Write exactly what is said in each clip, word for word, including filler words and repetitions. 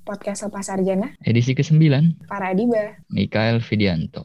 Podcast Lepas Sarjana, edisi kesembilan, para Adiba, Mikael Vidianto.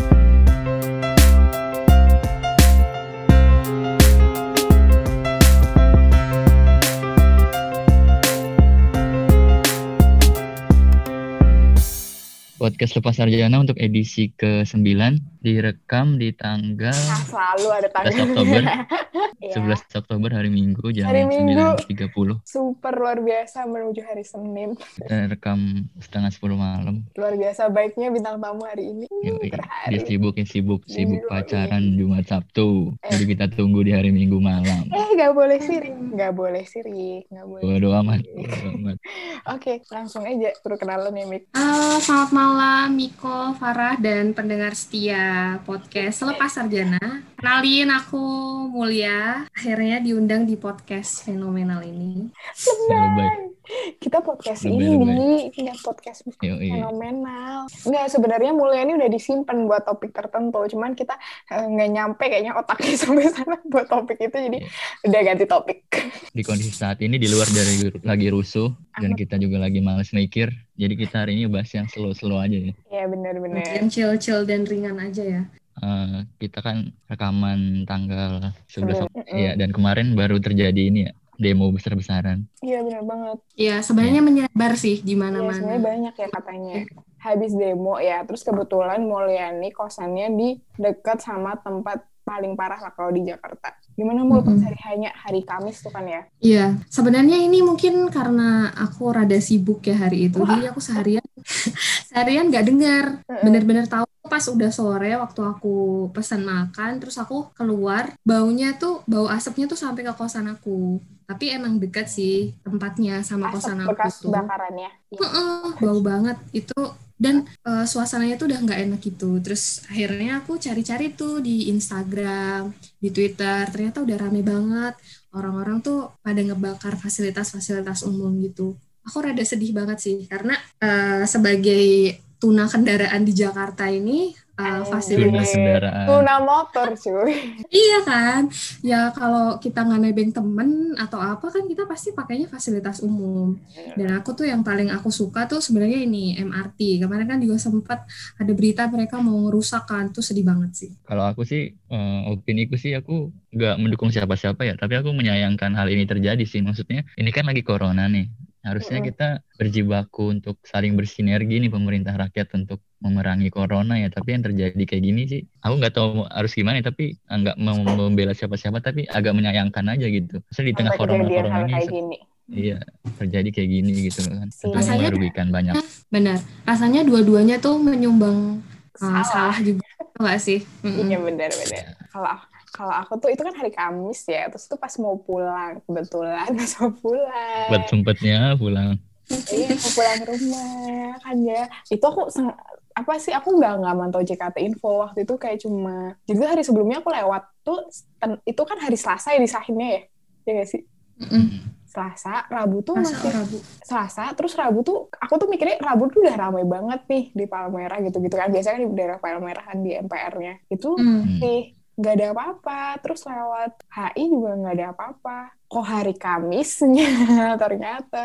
Podcast Lepas Sarjana untuk edisi kesembilan direkam di tanggal ah, selalu ada tanggal sebelas Oktober. Ya. sebelas Oktober hari Minggu jam Hari Minggu. sembilan tiga puluh. Super luar biasa menuju hari Senin. Kita rekam setengah sepuluh malam. Luar biasa baiknya bintang tamu hari ini. Yoi, Berhari. dia sibuk, ya sibuk, sibuk Yoi. pacaran Jumat Sabtu. Jadi kita tunggu di hari Minggu malam. Eh, nggak boleh sirik, nggak boleh sirik, nggak boleh. Bodo amat, bodo amat. Oke, langsung aja perkenalan ya, Mik. Halo, selamat malam Miko, Farah, dan pendengar setia podcast Lepas Sarjana. Kenalin, aku Mulia. Akhirnya diundang di podcast fenomenal ini. Lebay. Kita podcast Lebay, ini, nggak podcast Yoi. fenomenal. Nggak, sebenarnya Mulia ini udah disimpan buat topik tertentu. Cuman kita eh, nggak nyampe kayaknya otaknya sampai sana buat topik itu. Jadi Yeah. udah ganti topik. Di kondisi saat ini di luar dari lagi rusuh dan kita juga lagi males mikir. Jadi kita hari ini bahas yang slow-slow aja ya. Iya, benar-benar. Yang chill-chill dan ringan aja ya. Uh, kita kan rekaman tanggal sebelas Sebelum- Oktober ya, dan kemarin baru terjadi ini ya, demo besar-besaran. Iya, benar banget. Ya, sebenarnya menyebar sih di Iya, sebenarnya mana-mana. banyak ya katanya. Habis demo ya, terus kebetulan Mulyani kosannya di dekat sama tempat paling parah lah kalau di Jakarta. Gimana mau pas Mm-mm. hari hanya hari Kamis tuh kan ya? Iya, sebenarnya ini mungkin karena aku rada sibuk ya hari itu. Jadi aku seharian seharian nggak dengar. Mm-mm. Bener-bener tahu pas udah sore waktu aku pesan makan, terus aku keluar, baunya tuh, bau asapnya tuh sampai ke kosan aku. Tapi emang dekat sih tempatnya sama kosan Asap aku bekas tuh. bakarannya. Heeh, bau banget itu. Dan eh, suasananya tuh udah nggak enak gitu. Terus akhirnya aku cari-cari tuh di Instagram, di Twitter, ternyata udah rame banget. Orang-orang tuh pada ngebakar fasilitas-fasilitas umum gitu. Aku rada sedih banget sih, karena eh, sebagai tuna kendaraan di Jakarta ini, eh, Anjir. Tuna fasilitas... kendaraan. Tuna motor cuy. Iya kan? Ya kalau kita nggak nebeng temen atau apa kan kita pasti pakainya fasilitas umum. Dan aku tuh yang paling aku suka tuh sebenarnya ini M R T. Kemarin kan juga sempat ada berita mereka mau ngerusak kan, tuh sedih banget sih. Kalau aku sih, uh, opini ku sih aku nggak mendukung siapa-siapa ya, tapi aku menyayangkan hal ini terjadi sih. Maksudnya ini kan lagi corona nih. Harusnya Mm-mm. kita berjibaku untuk saling bersinergi nih, pemerintah rakyat, untuk memerangi corona ya. Tapi yang terjadi kayak gini sih, aku nggak tahu harus gimana ya, tapi nggak mau membela siapa-siapa, tapi agak menyayangkan aja gitu. Maksudnya di tengah Sampai kejadian corona-corona hal ini, kayak se- gini. iya terjadi kayak gini gitu kan. Tentunya Rasanya- merugikan banyak. Benar. Rasanya dua-duanya tuh menyumbang uh, Salah. salah juga. Enggak sih? Mm-mm. Iya, benar-benar. Kalau kalau aku tuh itu kan hari Kamis ya, terus tuh pas mau pulang, kebetulan pas mau pulang. Buat sempetnya pulang. Iya, mau pulang ke rumah kan ya. Itu aku seng- apa sih? Aku nggak nggak mantau J K T Info waktu itu, kayak cuma. Jadi hari sebelumnya aku lewat tuh, ten- itu kan hari Selasa ya disahinnya ya, ya nggak sih? Mm-mm. Selasa, Rabu tuh Masa masih Rabu. Selasa, terus Rabu tuh aku tuh mikirnya Rabu tuh udah ramai banget nih di Palmerah gitu-gitu kan. Biasanya kan di daerah Palmerah kan di M P R-nya. Itu Mm. sih nggak ada apa-apa. Terus lewat H I juga nggak ada apa-apa. Kok hari Kamisnya ternyata.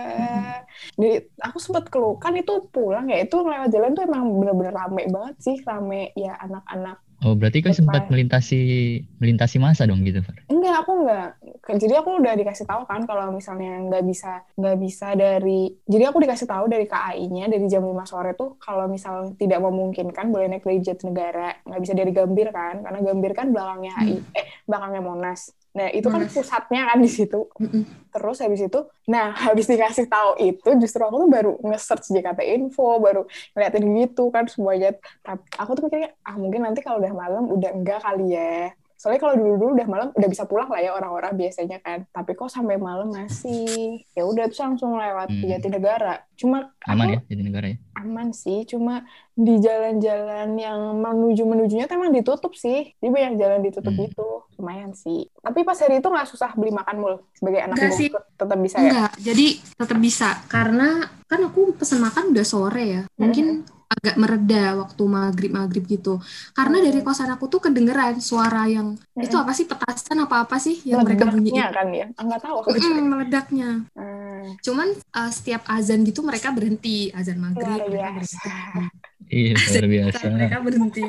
Jadi aku sempat kelukan itu pulang ya, itu lewat jalan tuh emang bener-bener rame banget sih, rame ya anak-anak. Oh, berarti kau Depan. sempat melintasi melintasi masa dong gitu, Far? Enggak, aku enggak. Jadi aku udah dikasih tahu kan kalau misalnya nggak bisa nggak bisa dari. Jadi aku dikasih tahu dari K A I-nya dari jam lima sore tuh kalau misal tidak memungkinkan boleh naik dari Jatinegara, nggak bisa dari Gambir kan, karena Gambir kan belakangnya H I, eh belakangnya Monas. Nah itu kan Monas. pusatnya kan di situ. Mm-mm. Terus habis itu, nah habis dikasih tahu itu justru aku tuh baru nge-search J K T Info, baru ngeliatin gitu kan semuanya. Tapi aku tuh mikirnya, ah mungkin nanti kalau udah malam udah enggak kali ya. Soalnya kalau dulu-dulu udah malam udah bisa pulang lah ya orang-orang biasanya kan. Tapi kok sampai malam masih. Ya udah terus langsung lewat Hmm. Jatinegara. Cuma Aman aku ya Jatinegara ya? aman sih, cuma di jalan-jalan yang menuju-menujunya tuh emang ditutup sih. Jadi banyak jalan ditutup Hmm. gitu. Lumayan sih. Tapi pas hari itu nggak susah beli makan mul. Sebagai anak Enggak sih. Bogor tetap bisa ya. Enggak, jadi tetap bisa. Karena kan aku pesan makan udah sore ya. Mungkin agak mereda waktu maghrib-maghrib gitu. Karena dari kosan aku tuh kedengeran suara yang, itu apa sih, petasan apa-apa sih yang mereka bunyiin. Meledaknya kan ya. Ah, nggak tahu aku. Mm, meledaknya. Hmm. Cuman uh, setiap azan gitu mereka berhenti, azan maghrib Luar mereka biasa. berhenti. Iya, luar biasa. Mereka berhenti.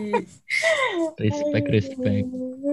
Respect, respect.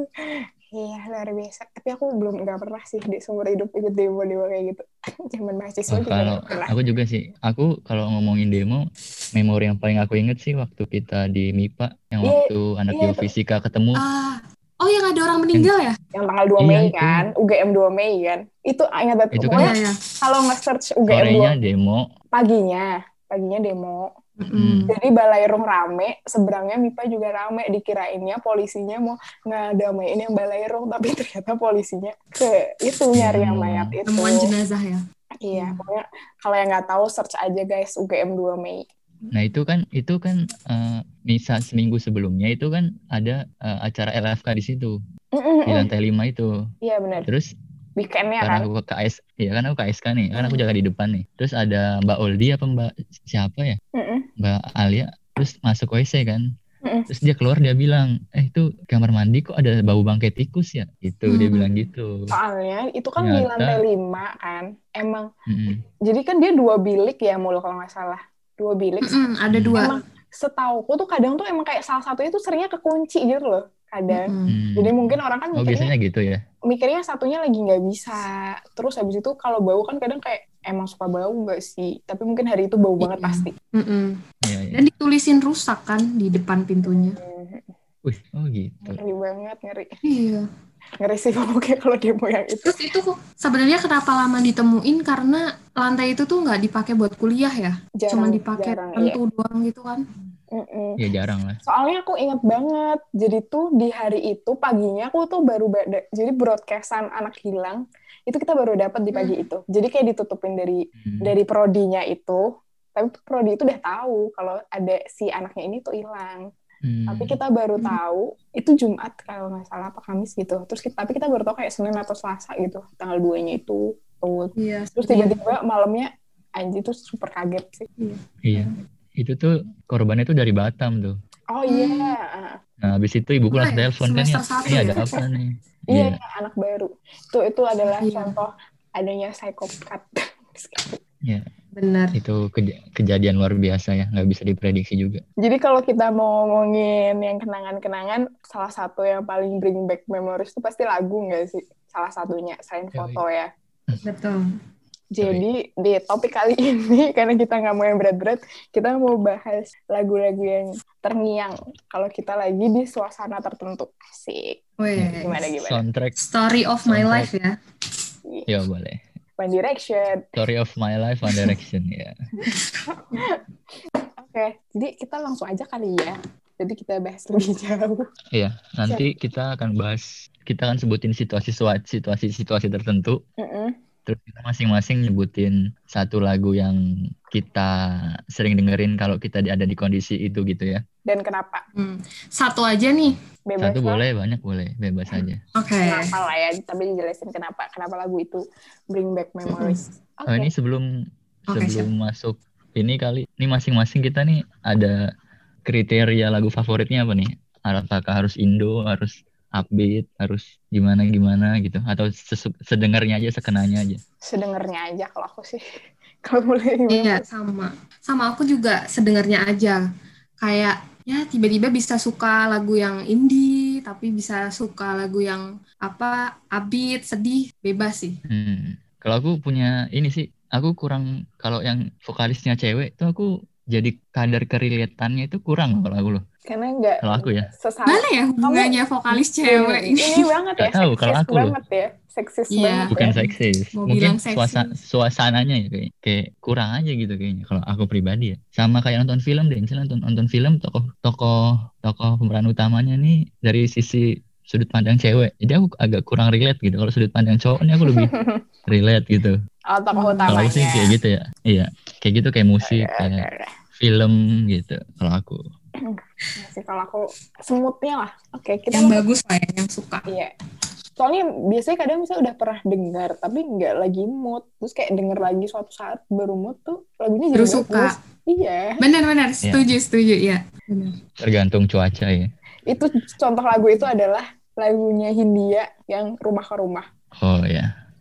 Iya, luar biasa. Tapi aku belum nggak pernah sih di seumur hidup ikut demo-demo kayak gitu. Zaman mahasiswa Oh, juga kalau nggak pernah. aku juga sih, aku kalau ngomongin demo, memori yang paling aku inget sih waktu kita di M I P A, yang Iya, waktu anak iya itu. geofisika ketemu. Ah, oh yang ada orang meninggal ya? Yang tanggal dua Iya, Mei itu. kan, U G M dua Mei kan. Itu ingat banget. Itu kan Pokoknya Iya, ya. kalau nge-search U G M dua sorenya Mei, demo. paginya, paginya demo. Mm-mm. Jadi Balairung rame, seberangnya M I P A juga rame, dikirainnya polisinya mau ngadamein yang Balairung, tapi ternyata polisinya ke itu nyari yang mayat itu. Temuan jenazah ya? Iya, pokoknya kalau yang nggak tahu search aja guys U G M dua Mei. Nah itu kan itu kan uh, misal seminggu sebelumnya itu kan ada uh, acara L F K di situ di lantai lima itu. Iya benar. Terus weekendnya karena kan? aku ke K S, ya kan aku K S K nih, kan aku jaga di depan nih. Terus ada Mbak Oldi apa Mbak siapa ya? Mm-mm. Mbak Alia. Terus masuk W C kan. Mm-mm. Terus dia keluar dia bilang, eh itu kamar mandi kok ada bau bangkai tikus ya? Itu Hmm. dia bilang gitu. Soalnya itu kan Ternyata, di lantai lima kan, emang. Mm-mm. Jadi kan dia dua bilik ya mulu kalau nggak salah, dua bilik. Mm-mm, ada dua. Emang setauku tuh kadang tuh emang kayak salah satunya tuh seringnya kekunci gitu loh, kadang. Mm-mm. Jadi mungkin orang kan Oh mikirnya, biasanya gitu ya? mikirnya satunya lagi nggak bisa. Terus habis itu kalau bau kan kadang kayak emang suka bau nggak sih? Tapi mungkin hari itu bau banget Iya. pasti. Mm-mm. Iya, iya. Dan ditulisin rusak kan di depan pintunya. Wih, oh gitu. Ngeri banget, ngeri. Iya. Ngeri sih pokoknya kalau demo yang itu. Terus itu sebenarnya kenapa lama ditemuin karena lantai itu tuh nggak dipakai buat kuliah ya, Jarang, cuma dipakai jarang, tentu doang gitu kan. Mm-mm. Ya jarang lah. Soalnya aku ingat banget, jadi tuh di hari itu paginya aku tuh baru bada, jadi broadcastan anak hilang itu kita baru dapat di pagi Hmm. itu. Jadi kayak ditutupin dari Hmm. dari prodinya itu, tapi prodi itu udah tahu kalau ada si anaknya ini tuh hilang. Hmm. Tapi kita baru tahu itu Jumat kalau nggak salah apa Kamis gitu. Terus kita, tapi kita baru tahu kayak Senin atau Selasa gitu, tanggal dua-nya itu. Tuh. Iya. Terus tiba-tiba malamnya anjir tuh super kaget sih. Iya. Itu tuh korbannya tuh dari Batam tuh. Oh iya. Nah, habis itu ibuku Boleh, langsung telepon kan ya, semester satu ini ya? ada apa nih? Iya, Iya. anak baru. Itu itu adalah Iya. contoh adanya psikopat. Iya. Benar. Itu keja- kejadian luar biasa ya, nggak bisa diprediksi juga. Jadi kalau kita mau ngomongin yang kenangan-kenangan, salah satu yang paling bring back memories itu pasti lagu nggak sih? Salah satunya, selain foto ya. Betul. Jadi di topik kali ini, karena kita nggak mau yang berat-berat, kita mau bahas lagu-lagu yang terngiang kalau kita lagi di suasana tertentu. Asik. Weh. Gimana, gimana? Soundtrack, Story of my Soundtrack. life ya. ya boleh. One Direction. Story of my life, One Direction ya. Oke, jadi kita langsung aja kali ya. Jadi kita bahas lebih jauh. Iya, nanti kita akan bahas, kita akan sebutin situasi situasi situasi tertentu. Mm-mm. Terus kita masing-masing nyebutin satu lagu yang kita sering dengerin kalau kita di- ada di kondisi itu gitu ya. Dan kenapa? Hmm. Satu aja nih. Bebas Satu lah. boleh, banyak boleh, bebas aja. Oke. Kenapa lah ya, tapi dijelasin kenapa. Kenapa lagu itu bring back memories. Oke. Oh, ini sebelum Oke, sebelum masuk ini kali, ini masing-masing kita nih ada kriteria lagu favoritnya apa nih? Apakah harus Indo, harus upbeat, harus gimana-gimana gitu, atau sesu- sedengarnya aja, sekenanya aja. Sedengernya aja kalau aku sih. Kalau mulai gimana? Iya, sama. Sama aku juga sedengarnya aja. Kayak ya tiba-tiba bisa suka lagu yang indie, tapi bisa suka lagu yang apa, upbeat, sedih, bebas sih. Hmm. Kalau aku punya ini sih, aku kurang, kalau yang vokalisnya cewek tuh aku jadi kadar kerelatannya itu kurang kalau aku loh. Karena nggak Kalau aku ya. sesama. Mana ya hubungannya vokalis cewek ini, ini? ini banget ya, Nggak tahu, kalau seksis aku loh. banget ya. Seksis Iya. banget Bukan ya. seksis, Mau mungkin bilang seksis. suasa, suasananya ya kayak, kayak kurang aja gitu kayaknya kalau aku pribadi ya. Sama kayak nonton film deh, misalnya nonton nonton film tokoh tokoh tokoh pemeran utamanya nih dari sisi sudut pandang cewek, jadi aku agak kurang relate gitu. Kalau sudut pandang cowok nih aku lebih relate gitu. Oh, tokoh Hmm. Kalau utamanya. aku sih kayak gitu ya, iya kayak gitu, kayak musik, Oke, kayak oke, oke. film gitu. Kalau aku, Masih kalau aku semutnya lah. Oke, kita Yang masuk- bagus lah ya, yang suka. Iya. Soalnya biasanya kadang misalnya udah pernah dengar tapi nggak lagi mood, terus kayak denger lagi suatu saat baru mood tuh lagunya jadi Terus suka. bagus. Iya. Benar-benar setuju, setuju ya. Benar. tergantung cuaca ya. Itu contoh lagu itu adalah lagunya Hindia yang Rumah ke Rumah. Oh ya,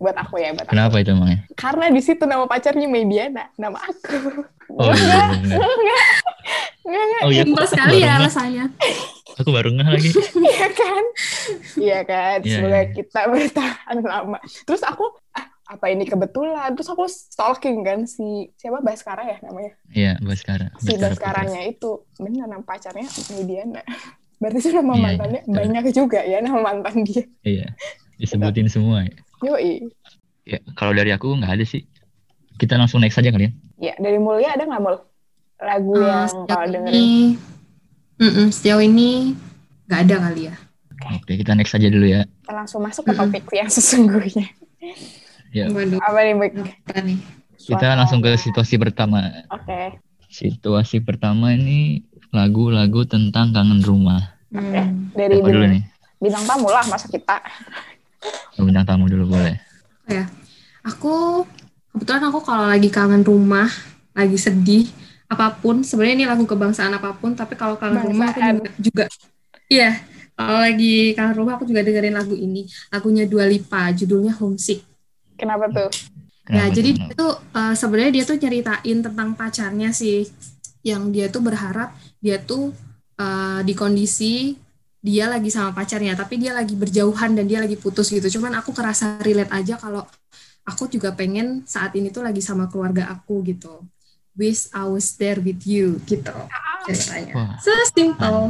buat aku ya, buat Kenapa aku. itu emangnya? Karena di situ nama pacarnya Mediana, nama aku. Oh iya, bener. Enggak, enggak. Oh iya, aku, Simpel aku sekali baru ya ngeh. alasannya. Aku baru ngeh lagi. Iya kan? Iya kan? Iya, Semoga iya. kita bertahan lama. Terus aku, ah, apa ini kebetulan? Terus aku stalking kan si, siapa Baskara ya namanya? Iya, Baskara. Si Baskara Putra. Baskaranya itu, bener nama pacarnya Mediana. Berarti itu nama Iya, iya, mantannya betul. banyak juga ya, nama mantan dia. Iya, disebutin semua ya. Yoi. Ya, kalau dari aku nggak ada sih. Kita langsung next aja kali ya. Ya, dari Mulia ada nggak, Mul? Lagu Uh, yang sejauh kalau dengerin? ini, mm-mm, sejauh ini nggak ada kali ya. Oke, kita next aja dulu ya. Kita langsung masuk ke topik yang sesungguhnya. Ya, Waduh, Apa nih, Mik? apa nih? kita langsung ke situasi pertama. Oke. Situasi pertama ini lagu-lagu tentang kangen rumah. Oke. Hmm. Dari Siapa dulu bin- nih? bintang tamu lah, masa kita. Bintang tamu dulu boleh. Apa ya? Aku kebetulan aku kalau lagi kangen rumah, lagi sedih, apapun. Sebenarnya ini lagu kebangsaan apapun, tapi kalau kangen rumah aku Bangsaan. juga, juga iya. Kalau lagi kangen rumah aku juga dengerin lagu ini. Lagunya Dua Lipa, judulnya Homesick. Kenapa tuh? Ya, Kenapa jadi tuh? dia tuh uh, sebenarnya dia tuh nyeritain tentang pacarnya sih, yang dia tuh berharap dia tuh uh, di kondisi dia lagi sama pacarnya, tapi dia lagi berjauhan dan dia lagi putus gitu. Cuman aku kerasa relate aja kalau aku juga pengen saat ini tuh lagi sama keluarga aku gitu. Wish I was there with you gitu ceritanya. Wah. So simple.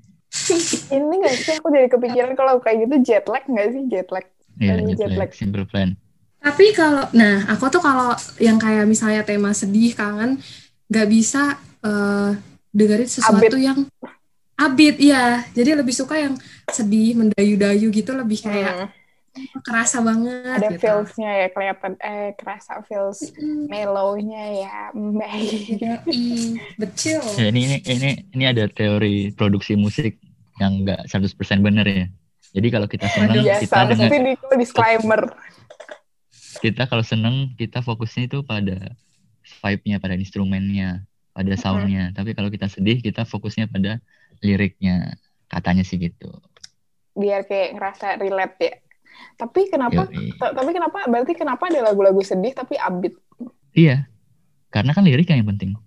Ini nggak sih, aku jadi kepikiran kalau kayak gitu jet lag nggak sih, jet lag? Iya, Lagu jet lag, simple plan. Tapi kalau, nah aku tuh kalau yang kayak misalnya tema sedih, kangen, nggak bisa uh, dengerin sesuatu Upbeat. yang upbeat, ya. Jadi lebih suka yang sedih, mendayu-dayu gitu, lebih kayak Hmm. kerasa banget. Ada gitu. feels-nya ya, kelihatan, eh kerasa feels Mm, mellow-nya ya. Baik. yoi, betul. Ya, ini, ini ini ini ada teori produksi musik yang enggak seratus persen benar ya. Jadi kalau kita senang, kita Biasa, dengan mesti di disclaimer. kita kalau senang, kita fokusnya itu pada vibe-nya, pada instrumennya, pada sound-nya. Tapi kalau kita sedih, kita fokusnya pada liriknya. Katanya sih gitu. Biar kayak ngerasa relate ya. Tapi kenapa, Yoi. t- tapi kenapa, berarti kenapa ada lagu-lagu sedih tapi upbeat? Iya. Karena kan liriknya yang penting.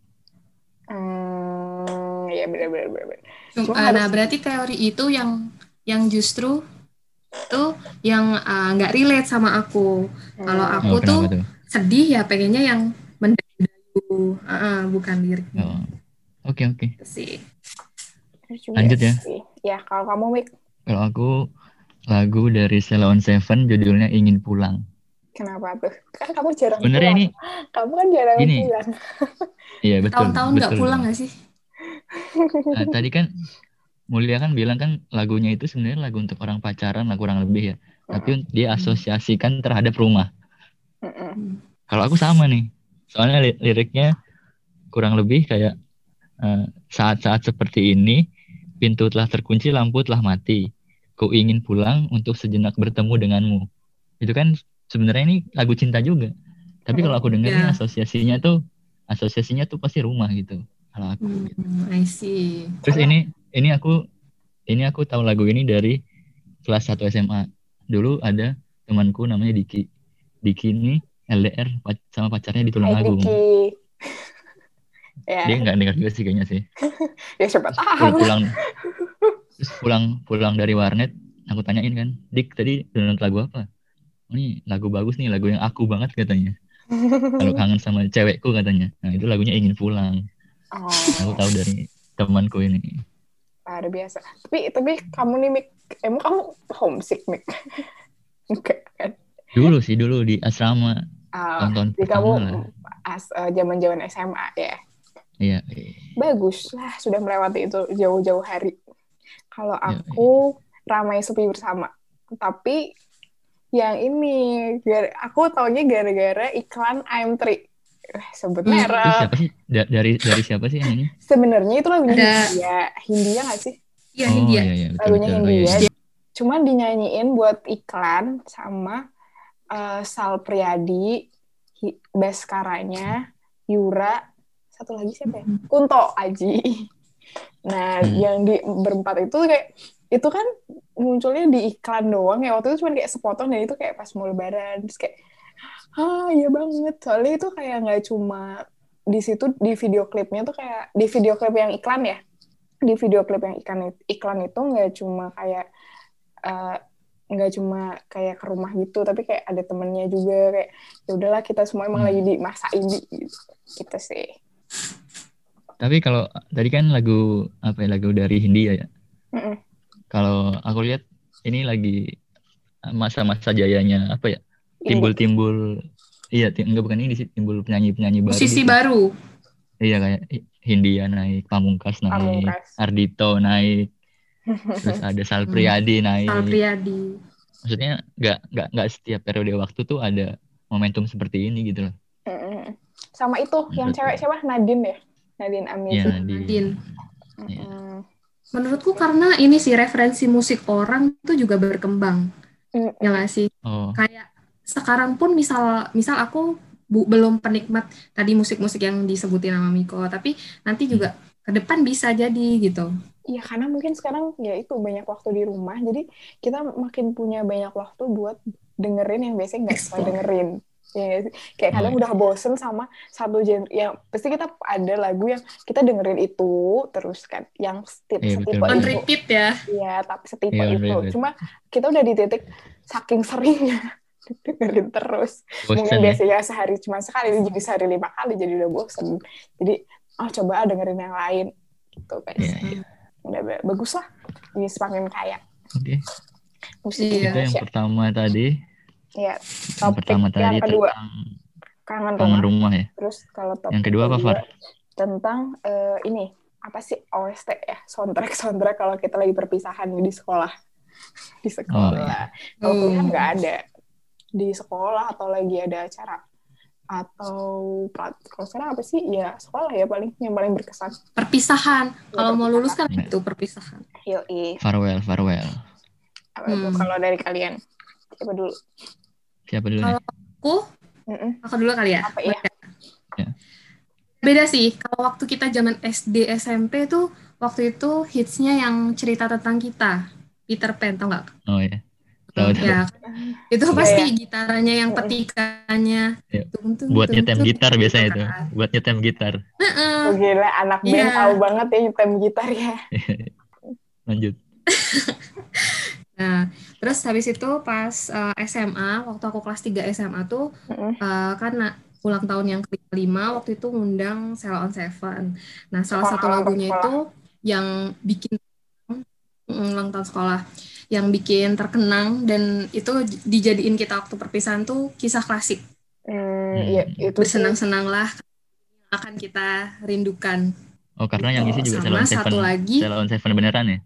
Hmm, ya benar-benar. benar. Cuma, Cuma nah harus- berarti teori itu yang yang justru tuh yang uh, nggak relate sama aku. Kalau Hmm. aku Oh, tuh kenapa tuh? sedih ya pengennya yang mendayu-dayu, uh-uh, bukan liriknya. Oh. Oke, oke. Gitu sih. Terus juga Lanjut ya. sih. Ya, kalau kamu, Mik, Kalau aku lagu dari Sheila on Seven judulnya Ingin Pulang. kenapa tuh? Kan kamu jarang Sebenarnya pulang. ini Kamu kan jarang Gini. pulang. iya betul. Tahun-tahun nggak betul. pulang nggak sih? Nah, tadi kan Mulia kan bilang kan lagunya itu sebenarnya lagu untuk orang pacaran lah kurang lebih ya. Tapi dia asosiasikan terhadap rumah. Mm-mm. Kalau aku sama nih. Soalnya li- liriknya kurang lebih kayak eh, saat-saat seperti ini pintu telah terkunci, lampu telah mati. Ku ingin pulang untuk sejenak bertemu denganmu. Itu kan sebenarnya ini lagu cinta juga. Tapi kalau aku dengerin Ya. asosiasinya tuh asosiasinya tuh pasti rumah gitu. Kalau aku. Hmm, I see. Terus ini ini aku ini aku tahu lagu ini dari kelas satu S M A. Dulu ada temanku namanya Diki. Diki ini L D R pac- sama pacarnya di Hai, Tulungagung. Diki. Ya, Dia nggak dengar juga sih kayaknya sih. ya siapa Pulang tahu. pulang terus pulang pulang dari warnet, aku tanyain kan, Dik tadi download lagu apa? Oh, ini lagu bagus nih, lagu yang aku banget katanya. Kalau kangen sama cewekku katanya. Nah itu lagunya Ingin Pulang. Oh, Aku tahu dari temanku ini. luar biasa. Tapi tapi kamu nih, Mik, emang kamu homesick, Mik? Enggak kan? Dulu sih dulu di asrama Ah, tahun-tahun jadi kamu pertama lah. as eh, zaman-zaman S M A ya. Iya. iya. Bagus lah, sudah melewati itu jauh-jauh hari. Kalau Ya, aku ramai sepi bersama. Tapi yang ini, gar- aku taunya gara-gara iklan I'm Three. Eh, sebut Hmm. Itu merek. siapa sih? Da- dari dari siapa sih yang ini? Sebenarnya itu lagunya Ada- Hindia. Hindia nggak sih? Iya, Oh Hindia. iya iya betul Lagunya betul. Oh, iya, Hindia. iya. Cuman dinyanyiin buat iklan sama eh, Sal Priadi, Hi- Baskaranya, Yura, satu lagi siapa ya? Kunto Aji. Nah, Hmm. yang di berempat itu kayak itu kan munculnya di iklan doang ya, waktu itu cuma kayak sepotong dan itu kayak pas mau lebaran, terus kayak ah iya banget, soalnya itu kayak nggak cuma di situ, di video klipnya tuh kayak di video klip yang iklan ya, di video klip yang iklan iklan itu nggak cuma kayak uh, nggak cuma kayak ke rumah gitu, tapi kayak ada temennya juga, kayak ya udahlah kita semua emang hmm. lagi di masa ini gitu, gitu sih. Tapi kalau tadi kan lagu apa ya, lagu dari Hindia ya. Mm-mm. Kalau aku lihat ini lagi masa-masa jayanya apa ya? Timbul-timbul iya, tim, enggak bukan ini sih, timbul penyanyi-penyanyi baru. Musisi gitu. baru. Iya, kayak Hindia naik, Pamungkas naik, Pamungkas. Ardhito naik. Terus ada Sal Priadi naik. Sal Priadi. Maksudnya nggak nggak nggak setiap periode waktu tuh ada momentum seperti ini gitu loh. Mm-mm. Sama itu menurut yang cewek siapa? Nadine ya? Nadine Amizi. Ya, Nadine. Nadine. Ya. Menurutku karena ini sih referensi musik orang tuh juga berkembang. Mm-mm. Ya nggak sih? Oh. Kayak sekarang pun misal misal aku bu, belum penikmat tadi musik-musik yang disebutin sama Miko, tapi nanti juga hmm. ke depan bisa jadi gitu. Iya, karena mungkin sekarang ya itu banyak waktu di rumah, jadi kita makin punya banyak waktu buat dengerin yang biasanya nggak suka dengerin. Ya, kayak kadang udah bosen sama satu genre, yang pasti kita ada lagu yang kita dengerin itu terus kan, yang setipe yeah, setipe on itu. repeat ya. Iya, tapi setipe yeah, itu. Betul. Cuma kita udah di titik saking seringnya dengerin terus. Bosen, mungkin ya? biasanya sehari cuma sekali, jadi sehari lima kali, jadi udah bosen. Jadi oh coba dengerin yang lain gitu guys. Yeah, yeah. Udah bagus lah, ini semakin kaya. Oke. Okay. Musik iya. Itu yang pertama tadi. Iya. Yang pertama tadi yang kedua tentang kangen rumah. kangen rumah ya. Terus kalau topik yang kedua apa, Far? Tentang uh, ini apa sih O S T ya, soundtrack soundtrack kalau kita lagi perpisahan di sekolah. Di sekolah. Oh, iya. Kalau kuliah nggak ada. Di sekolah atau lagi ada acara atau kalau sekarang apa sih ya, sekolah ya paling yang paling berkesan. Perpisahan ya, kalau mau lulus kan ya. Itu perpisahan. Yoi. Farewell farewell apa hmm. itu kalau dari kalian siapa dulu siapa dulu kalau aku Mm-mm. aku dulu kali ya. Apa ya? Ya. Beda sih kalau waktu kita zaman S D S M P tuh, waktu itu hitsnya yang cerita tentang kita, Peter Pan, tau nggak? Oh ya. Tahu, tahu. Ya, itu pasti ya, ya. gitarnya yang petikannya. Ya. Tum, tum, buat tum, nyetem tum, gitar tum, biasanya itu. Buat nyetem gitar. Uh-uh. Oh, gila, anak band yeah. tahu banget ya nyetem gitar ya. Lanjut. Nah, terus habis itu pas uh, S M A, waktu aku kelas tiga S M A tuh, uh-uh. uh, karena ulang tahun yang kelima, waktu itu ngundang Sheila on Seven. Nah, salah sekolah, satu lagunya itu yang bikin ulang tahun sekolah, yang bikin terkenang dan itu dijadiin kita waktu perpisahan tuh kisah klasik. Hmm, ya, itu bersenang-senanglah akan kita rindukan. Oh, karena yang isi juga sama satu lagi Sheila on Seven beneran ya?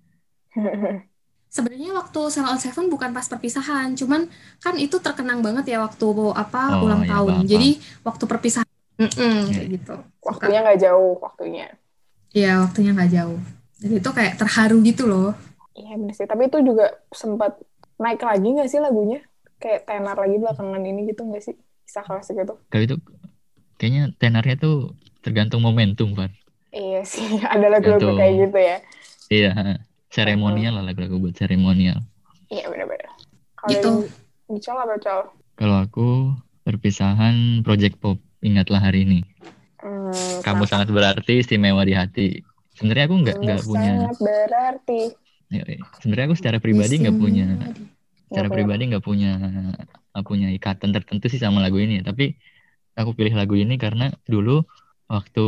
Sebenarnya waktu Sheila on Seven bukan pas perpisahan, cuman kan itu terkenang banget ya waktu apa oh, ulang ya, tahun. paham, Jadi paham. waktu perpisahan ya. kayak gitu. Waktunya nggak jauh waktunya. Iya, waktunya nggak jauh. Jadi itu kayak terharu gitu loh. Iya benar sih, tapi itu juga sempat naik lagi nggak sih lagunya? Kayak tenar lagi belakangan ini gitu nggak sih? Kisah klasik itu. Kalau itu kayaknya tenarnya tuh tergantung momentum, Pak. Iya sih, ada lagu-lagu kayak gitu ya. Iya, seremonial lah, lagu-lagu buat seremonial. Iya benar-benar. Kalau gitu. Mical apa Cal? Kalau aku perpisahan Project Pop, ingatlah hari ini. Hmm, Kamu kenapa? Sangat berarti, istimewa di hati. Sebenarnya aku nggak nggak punya. Sangat berarti. Sebenarnya aku secara pribadi nggak punya, secara ya, pribadi nggak punya, nggak punya ikatan tertentu sih sama lagu ini. Tapi aku pilih lagu ini karena dulu waktu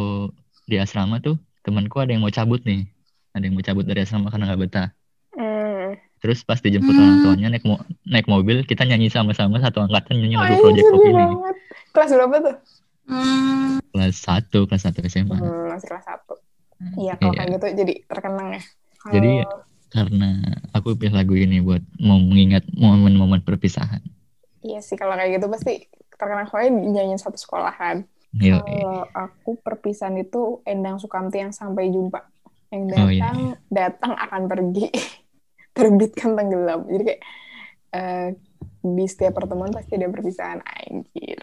di asrama tuh temanku ada yang mau cabut nih, ada yang mau cabut dari asrama karena nggak betah. Hmm. Terus pas dijemput hmm. orang tuanya naik mo- naik mobil, kita nyanyi sama-sama satu angkatan nyanyi lagu oh, Project Pop ini. Banget. Kelas berapa tuh? Hmm. Kelas satu, kelas satu S M A. Hmm, masih kelas satu. Iya, kalau iya. kayak gitu jadi terkenang ya. Kalo... Jadi karena aku pilih lagu ini buat mau mengingat momen-momen perpisahan. Iya sih, kalau kayak gitu pasti terkenang, soalnya nyanyiin satu sekolahan. Kalau aku perpisahan itu Endang Sukamti yang Sampai Jumpa. Yang datang, oh, iya, iya. datang akan pergi, terbitkan tenggelam. Jadi kayak uh, di setiap pertemuan pasti ada perpisahan. Anjir.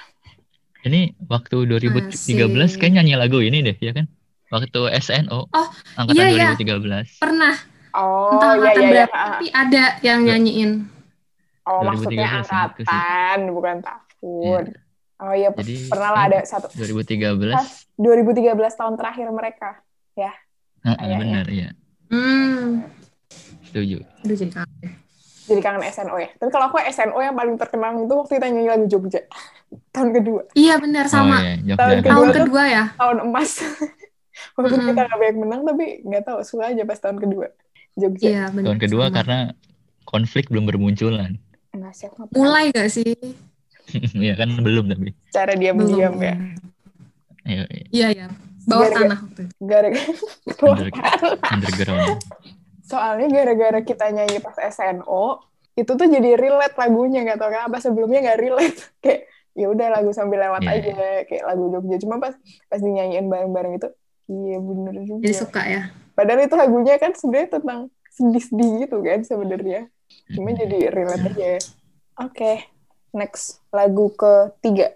Ini waktu dua ribu tiga belas Asik. Kayak nyanyi lagu ini deh, ya kan? Waktu S N O, oh, angkatan iya, dua ribu tiga belas. Iya. Pernah. Oh, Entah iya, angkatan iya, iya. berapa, tapi ada yang nyanyiin. Oh, dua ribu tiga maksudnya belas seingatku sih. angkatan, bukan tahun. Ya. Oh iya, Jadi pernah lah ada satu. dua ribu tiga belas. Pas dua ribu tiga belas tahun terakhir mereka, ya, Heeh, kayaknya. benar ya. Hmm. Setuju. Aduh, jadi kangen. Jadi kangen S N O ya. Tapi kalau aku S N O yang paling terkenal itu waktu kita nyanyi lagu Jogja. Tahun kedua. Iya benar Oh sama. ya, Jogja. Tahun kedua, Tahun tuh kedua ya. tahun emas. Walaupun Mm-mm. kita nggak banyak menang, tapi nggak tahu, suka aja pas tahun kedua. Jogja. Iya benar. Tahun kedua sama. karena konflik belum bermunculan. Nggak siap ngapain. Mulai gak sih? Iya kan belum tapi. Cara diam-diam Belum. ya. Ayo, iya. Iya ya. Bawah Gara-gara- tanah waktu itu. Gara-gara Under- underground. Soalnya gara-gara kita nyanyi pas S N O, itu tuh jadi relate lagunya, nggak tau kenapa sebelumnya nggak relate. Kayak ya udah lagu sambil lewat Iya, aja, kayak lagu Jogja. Cuma pas pas dinyanyiin bareng-bareng itu, iya bener juga. Jadi suka ya. Padahal itu lagunya kan sebenarnya tentang sedih-sedih gitu kan sebenarnya. Cuma jadi relate aja. Oke, next lagu ketiga.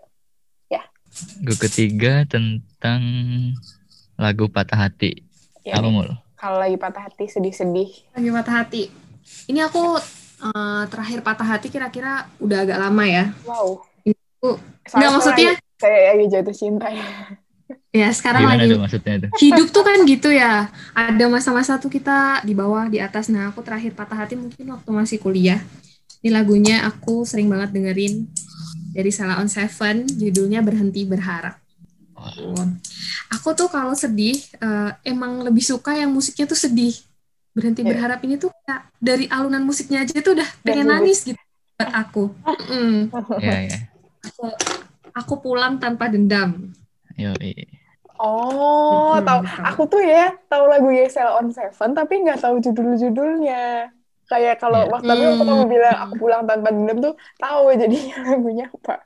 Lagu ketiga tentang lagu Patah Hati. Ya, Apa mul? kalau lagi patah hati, sedih-sedih. Lagi patah hati. Ini aku eh, terakhir patah hati kira-kira udah agak lama ya. Wow. Aku Soalnya nggak maksudnya lagi- saya lagi jatuh cinta ya. ya sekarang Gimana lagi tuh maksudnya tuh? hidup tuh kan gitu ya. Ada masa-masa tuh kita di bawah, di atas. Nah, aku terakhir patah hati mungkin waktu masih kuliah. Ini lagunya aku sering banget dengerin dari Sheila on Seven, judulnya Berhenti Berharap. Wah. Aku tuh kalau sedih eh, emang lebih suka yang musiknya tuh sedih. Berhenti Iya. Berharap ini tuh kayak dari alunan musiknya aja tuh udah pengen sedih. nangis gitu buat aku. Mm. Ya ya. Aku aku pulang tanpa dendam. Yo, iya. Oh, Mm-mm, tahu. tahu. Aku tuh ya tahu lagu Sheila on Seven, tapi nggak tahu judul-judulnya. Kayak kalau Iya. waktu tapi waktu kamu Hmm. bilang aku pulang tanpa dendam tuh tahu jadinya lagunya apa.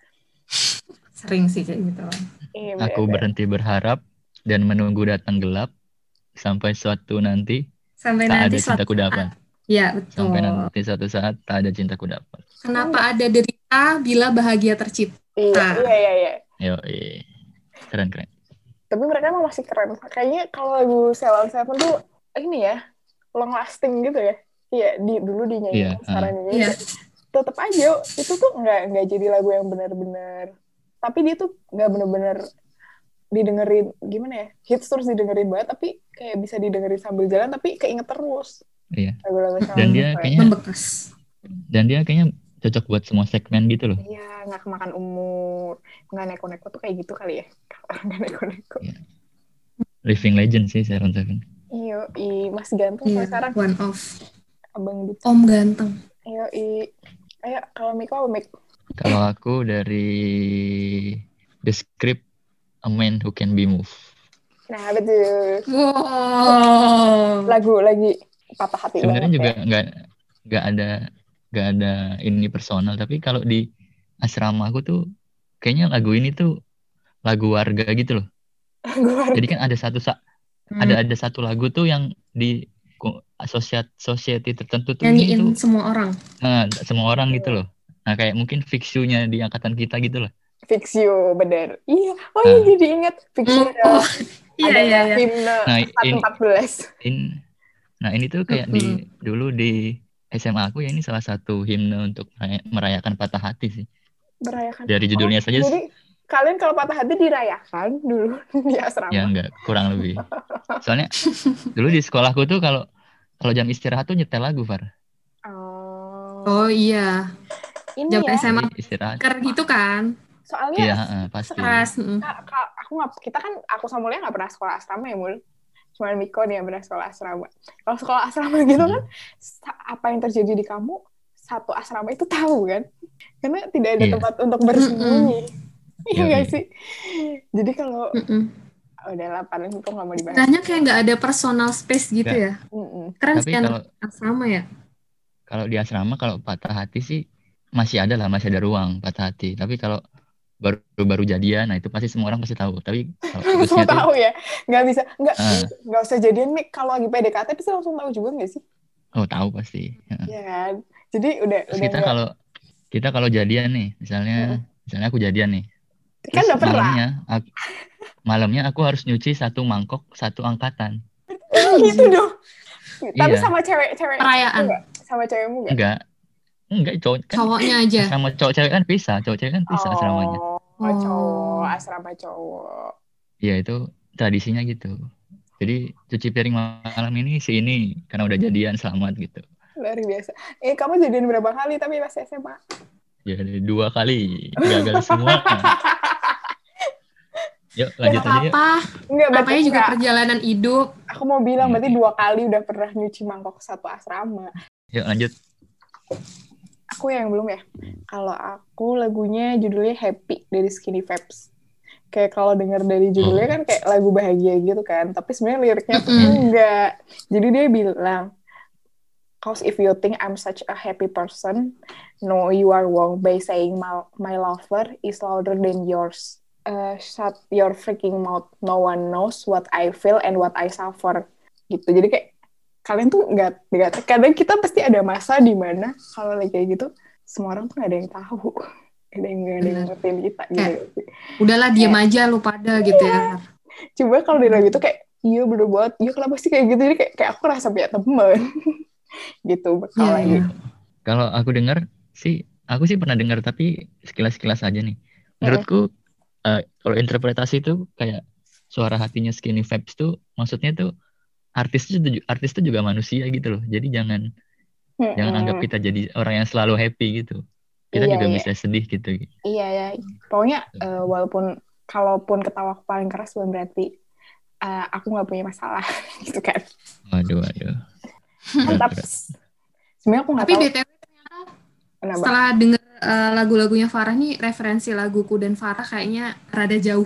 Sering sih kayak gitu. Iya, Aku bener. berhenti berharap dan menunggu datang gelap sampai suatu nanti Sampai tak nanti ada suatu cintaku dapat. Ya, betul. Sampai nanti suatu saat tak ada cintaku dapat. Kenapa ada derita bila bahagia tercipta? Iya, iya, iya, iya. Yo, iya. Keren keren. Tapi mereka emang masih keren. Kayaknya kalau lagu Sheila on Seven tuh ini ya, long lasting gitu ya. Iya, di dulu dinyanyi, Iya, sekarang ah. dinyanyi. Iya. Tetep aja itu tuh nggak nggak jadi lagu yang benar-benar. Tapi dia tuh nggak benar-benar didengerin gimana ya, hits terus didengerin banget, tapi kayak bisa didengerin sambil jalan, tapi keinget terus Iya. lagu-lagu Sheila Dan on dia Seven. kayaknya Membekas. dan dia kayaknya cocok buat semua segmen gitu loh. Iya, nggak kemakan umur, nggak neko-neko tuh kayak gitu kali ya. Kalau nggak neko-neko. Iya. Living legend sih Sheila on Seven. Iyo, i masih ganteng Iya, kalau sekarang. one of. Abang gitu. Om ganteng. Iyo, i. Ayo, kalau Miko apa Mik? Kalau aku dari The Script, A Man Who Can Be Moved. Nah, betul. Wow. Lagu lagi patah hati Sebenarnya banget juga ya. nggak nggak ada nggak ada ini personal, tapi kalau di asrama aku tuh kayaknya lagu ini tuh lagu warga gitu loh. Gue Jadi kan ada satu sa- Hmm. ada ada satu lagu tuh yang di society society tertentu tuh ini Nyanyiin tuh semua orang. nah, semua orang gitu loh. Nah kayak mungkin fix you-nya di angkatan kita gitu loh. Fix You, bener. Iya, oh iya Nah. jadi inget. Fix You Hmm. ada, Oh, iya, ada iya, iya. himne Nah, satu ini- empat belas. In, nah ini tuh kayak di dulu di S M A aku ya, ini salah satu himne untuk meraya- merayakan patah hati sih. Merayakan. Dari judulnya Oh, saja jadi kalian kalau patah hati dirayakan dulu di asrama. ya enggak, kurang lebih. Soalnya dulu di sekolahku tuh kalau kalau jam istirahat tuh nyetel lagu, Far. Oh, Oh iya. ini Jam ya. S M A Jadi istirahat. ker gitu kan. Soalnya Iya, heeh, pasti. Keras. mm. Kak, Kak, aku nggak, kita kan aku sama Mulia nggak pernah sekolah asrama ya Mul, cuma Miko nih yang pernah sekolah asrama. Kalau sekolah asrama gitu kan, sa- apa yang terjadi di kamu satu asrama itu tahu kan, karena tidak ada Iya. tempat untuk bersembunyi. Iya Iya, nggak iya. sih? Jadi kalau Mm-mm. udah lah, paling Miko nggak mau dibahas. Istilahnya kayak nggak ada personal space gitu Nggak. ya. Mm-mm. Keren Tapi sih kalau anak asrama ya. kalau di asrama kalau patah hati sih masih ada lah, masih ada ruang patah hati. Tapi kalau baru-baru jadian, nah itu pasti semua orang pasti tahu. Tapi kalau Langsung putusnya tuh tahu ya, nggak bisa, nggak Ah. nggak usah jadian Mik. Kalau lagi P D K T pasti langsung tahu juga nggak sih? oh tahu pasti. Heeh. Iya kan? Jadi udah Terus udah kita nggak- kalau kita kalau jadian nih, misalnya misalnya aku jadian nih. kan Terus udah pernah. malamnya aku, malamnya aku harus nyuci satu mangkok satu angkatan. gitu dong. Tapi Iya. sama cewek-cewek Perayaan. enggak? Sama cewekmu enggak? Enggak. Enggak, cowok kan. Cowoknya aja. Asrama cowok cewek kan pisah, cowok cewek kan pisah asramanya. Oh, Oh. cowok, asrama cowok. Iya, itu tradisinya gitu. Jadi cuci piring malam ini si ini karena udah jadian selamat gitu. Luar biasa. Eh, kamu jadian berapa kali tapi pas S M A? Ya dua kali gagal semua. Yuk lanjut Gak aja yuk. apa-apa. Enggak, berarti Namanya juga enggak. perjalanan hidup. Aku mau bilang berarti Iya. dua kali udah pernah nyuci mangkok satu asrama. Yuk lanjut. Aku yang belum ya. Kalau aku lagunya judulnya Happy dari Skinny Vibes. Kayak kalau dengar dari judulnya Oh. kan kayak lagu bahagia gitu kan. Tapi sebenarnya liriknya tuh Mm-mm. enggak. Jadi dia bilang, "Cause if you think I'm such a happy person, no, you are wrong by saying my, my lover is louder than yours. Uh, shut your freaking mouth. No one knows what I feel and what I suffer." Gitu. Jadi kayak kalian tuh nggak, nggak- kadang kita pasti ada masa di mana kalau lagi kayak gitu semua orang tuh nggak ada yang tahu, nggak ada yang nggak ada yang Bener. ngertiin kita gitu. Udahlah diem aja lu pada gitu ya. Coba kalau dari lagu itu kayak iya bener banget, iya kenapa sih kayak gitu, jadi kayak, kayak aku rasa punya temen gitu bakal Iya, lagi. iya. Kalau aku dengar sih, aku sih pernah dengar tapi sekilas-sekilas aja nih. Menurutku eh, kalau interpretasi itu kayak suara hatinya Skinny Vibes tuh maksudnya tuh artis tuh artis tuh juga manusia gitu loh. Jadi jangan Mm-mm. jangan anggap kita jadi orang yang selalu happy gitu. Kita Iya, juga iya. bisa sedih gitu. Iya ya, pokoknya eh, walaupun kalaupun ketawa aku paling keras bukan berarti eh, aku nggak punya masalah gitu kan. Waduh, waduh. Mantap. Sebenarnya aku nggak Tapi tahu B T W kenapa. setelah denger eh, lagu-lagunya Farah nih, referensi laguku dan Farah kayaknya rada jauh.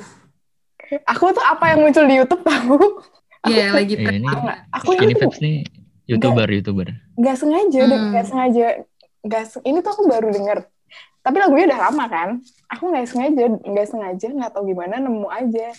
Aku tuh apa yang muncul di YouTube tahu? Iya, lagi Eh, ini trending. Aku Skinny ini Vibes nih youtuber youtuber. nggak sengaja, Hmm. deh, nggak sengaja, nggak se- ini tuh aku baru denger. Tapi lagunya udah lama kan. Aku nggak sengaja, nggak sengaja, nggak tahu gimana nemu aja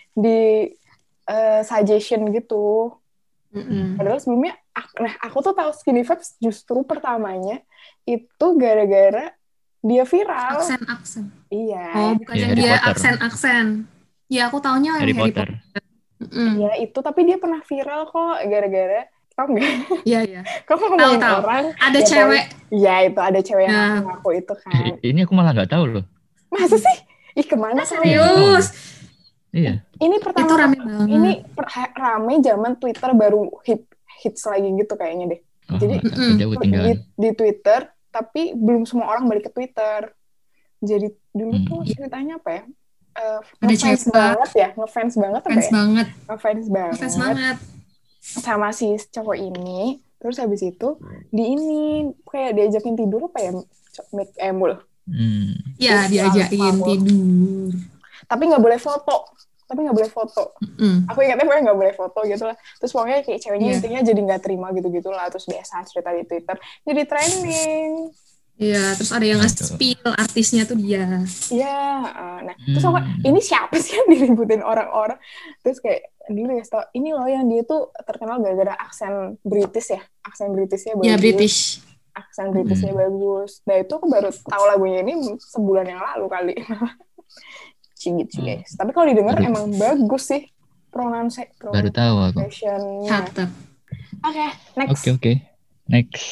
di eh, suggestion gitu. Mm-mm. Padahal sebelumnya, ak- nah aku tuh tahu Skinny Vibes justru pertamanya itu gara-gara dia viral. Aksen-aksen. Iya, Oh, bukan Iya, yang Harry dia Potter. aksen-aksen. Ya, aku taunya yang Harry Harry Potter. Potter. Mm-mm. iya itu. Tapi dia pernah viral kok gara-gara, tau nggak? Iya, iya. Kamu ngomongin Tahu, tahu. orang. Ada ya, cewek. Iya itu ada cewek yang Nah. ngaku-ngaku itu Eh, kan. ini aku malah nggak tahu loh. Masa sih? Ih kemana kalian? Serius. Iya. Ini pertama Itu rame banget. ini per- rame zaman Twitter baru hit hits lagi gitu kayaknya deh. Oh, Jadi, nggak tahu, mm-mm. jauh Di, ketinggalan. di Twitter, tapi belum semua orang balik ke Twitter. Jadi dulu Hmm. tuh ceritanya apa ya? Eh, Ada ngefans cewek. banget ya, ngefans banget apa Fans ya? banget. Ngefans banget Fans banget. sama si cowok ini. Terus habis itu di ini kayak diajakin tidur apa ya? Co- make emul. Hmm. Ya, Iya, diajakin mabok. tidur. Tapi nggak boleh foto. Tapi nggak boleh foto. Mm. Aku ingatnya pokoknya nggak boleh foto gitu lah. Terus pokoknya kayak ceweknya Iya. intinya jadi nggak terima gitu-gitu lah. Terus biasa cerita di Twitter. Jadi trending. Iya, terus ada yang Aduh. nge-spill artisnya tuh dia. Iya. uh, Nah, terus aku, Hmm. ini siapa sih yang diributin orang-orang? Terus kayak, dulu ya, tau, ini loh yang dia tuh terkenal gara-gara aksen British ya. Aksen Britishnya bagus. Ya, British. Aksen Britishnya Hmm. bagus. Nah, itu aku baru tahu lagunya ini sebulan yang lalu kali. Cingit sih, guys. Tapi kalau didengar Baru- emang bagus sih. Pronounce, Baru tahu aku. pronunciation-nya. Catat. Oke, next. Oke oke. Next.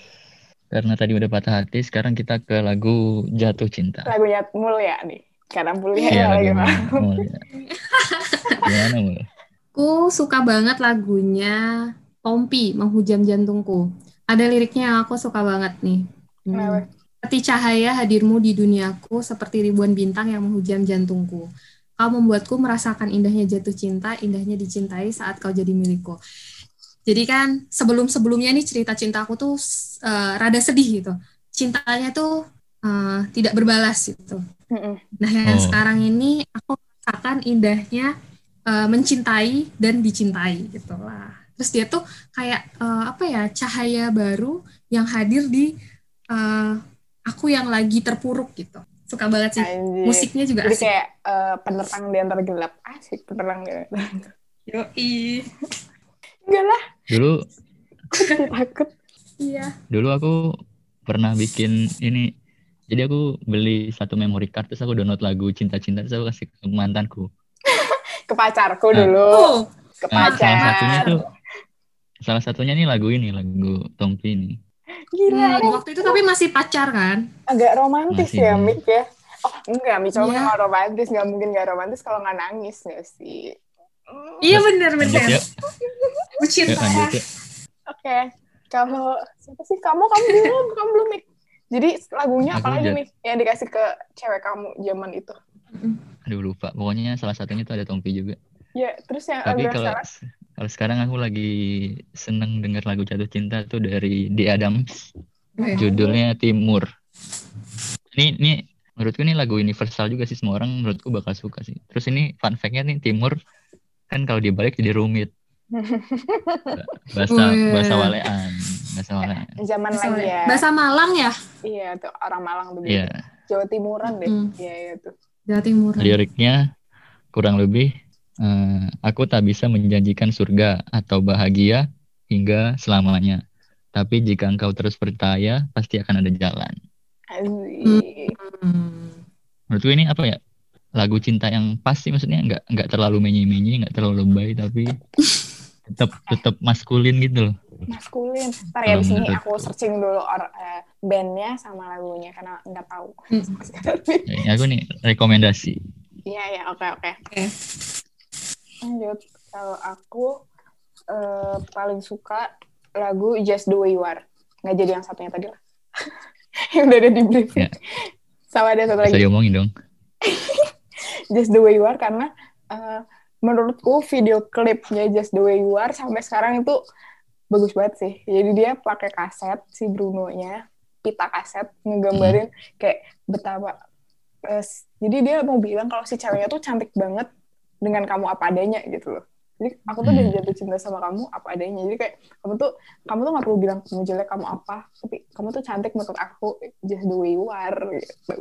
Karena tadi udah patah hati, sekarang kita ke lagu Jatuh Cinta. Lagunya Mulia nih. Karena Mulia Iya, lagi lagu Pak. Mulia. Gimana Mul? Aku suka banget lagunya Tompi, Menghujam Jantungku. Ada liriknya yang aku suka banget nih. Hmm. Kenapa? Seperti cahaya hadirmu di duniaku, seperti ribuan bintang yang menghujam jantungku. Kau membuatku merasakan indahnya jatuh cinta, indahnya dicintai saat kau jadi milikku. Jadi kan sebelum-sebelumnya nih cerita cinta aku tuh uh, rada sedih gitu. Cintanya tuh uh, tidak berbalas gitu. Mm-mm. Nah yang Oh. sekarang ini aku merasakan indahnya uh, mencintai dan dicintai gitu lah. Terus dia tuh kayak uh, apa ya, cahaya baru yang hadir di uh, aku yang lagi terpuruk gitu. Suka banget sih. Anjir. Musiknya juga Jadi asik. kayak eh, penerang di antara gelap. Asik, penerang di antara gelap. Yoi. Enggak lah, Dulu aku jadi takut. Iya. dulu aku pernah bikin ini. Jadi aku beli satu memory card, terus aku download lagu cinta-cinta, terus aku kasih ke mantanku. Ke pacarku Nah. dulu. Oh, Ke Nah, salah pacar. satunya tuh salah satunya nih lagu ini, lagu Tompi ini. Gila, Hmm, waktu itu tapi masih pacar kan? agak romantis Masih ya, dong. Mik ya. Oh, enggak, Mi coba Iya. nggak romantis, nggak mungkin nggak romantis kalau nggak nangis nggak sih? Hmm, Iya Lanjut benar-benar. ya, Bucin yuk lanjut parah. ya. Oke, kalau siapa sih kamu? Kamu belum, kamu belum, Mik. Jadi lagunya Aku apalagi jad- Mik yang dikasih ke cewek kamu zaman itu? Aduh lupa. Pokoknya salah satunya tuh ada Tompi juga. Ya, terus yang Tapi lagu yang kalau sekarang? kalau sekarang aku lagi seneng denger lagu Jatuh Cinta tuh dari The Adams. Weh. Judulnya Timur. Ini ini menurutku ini lagu universal juga sih, semua orang menurutku bakal suka sih. Terus ini fun fact-nya nih, Timur kan kalau dibalik jadi rumit. Bahasa Weh. bahasa Walean, bahasa Walean. Zaman Bahasa, lagi ya. bahasa Malang ya? Iya, tuh orang Malang tuh Iya, gitu. Jawa Timuran deh. Hmm. Iya, iya tuh. Jawa Timuran. liriknya kurang lebih eh, aku tak bisa menjanjikan surga atau bahagia hingga selamanya. Tapi jika engkau terus percaya, pasti akan ada jalan. Asik. Hmm. Menurutku ini apa ya? Lagu cinta yang pas sih, maksudnya nggak nggak terlalu menye-menye, nggak terlalu lebay, tapi tetap tetap maskulin gitu loh. Maskulin. Ntar ya Kalau di sini menurut- aku searching dulu or, eh, bandnya sama lagunya karena nggak tahu. Hmm. Ya, ini aku nih rekomendasi. Iya, iya, oke, oke. Oke. Lanjut. Kalau aku eh, paling suka lagu Just the Way You Are. Nggak jadi yang satunya tadi lah. Yang udah ada di briefing. Ya. Sama ada satu Bisa lagi. diomongin dong. Just the Way You Are karena eh, menurutku video klipnya Just the Way You Are sampai sekarang itu bagus banget sih. Jadi dia pakai kaset si Bruno-nya, pita kaset ngegambarin kayak betapa eh, jadi dia mau bilang kalau si ceweknya tuh cantik banget dengan kamu apa adanya gitu loh. Jadi aku tuh udah Hmm. jatuh cinta sama kamu apa adanya. Jadi kayak kamu tuh kamu tuh nggak perlu bilang kamu jelek kamu apa, tapi kamu tuh cantik menurut aku just the way you are gitu.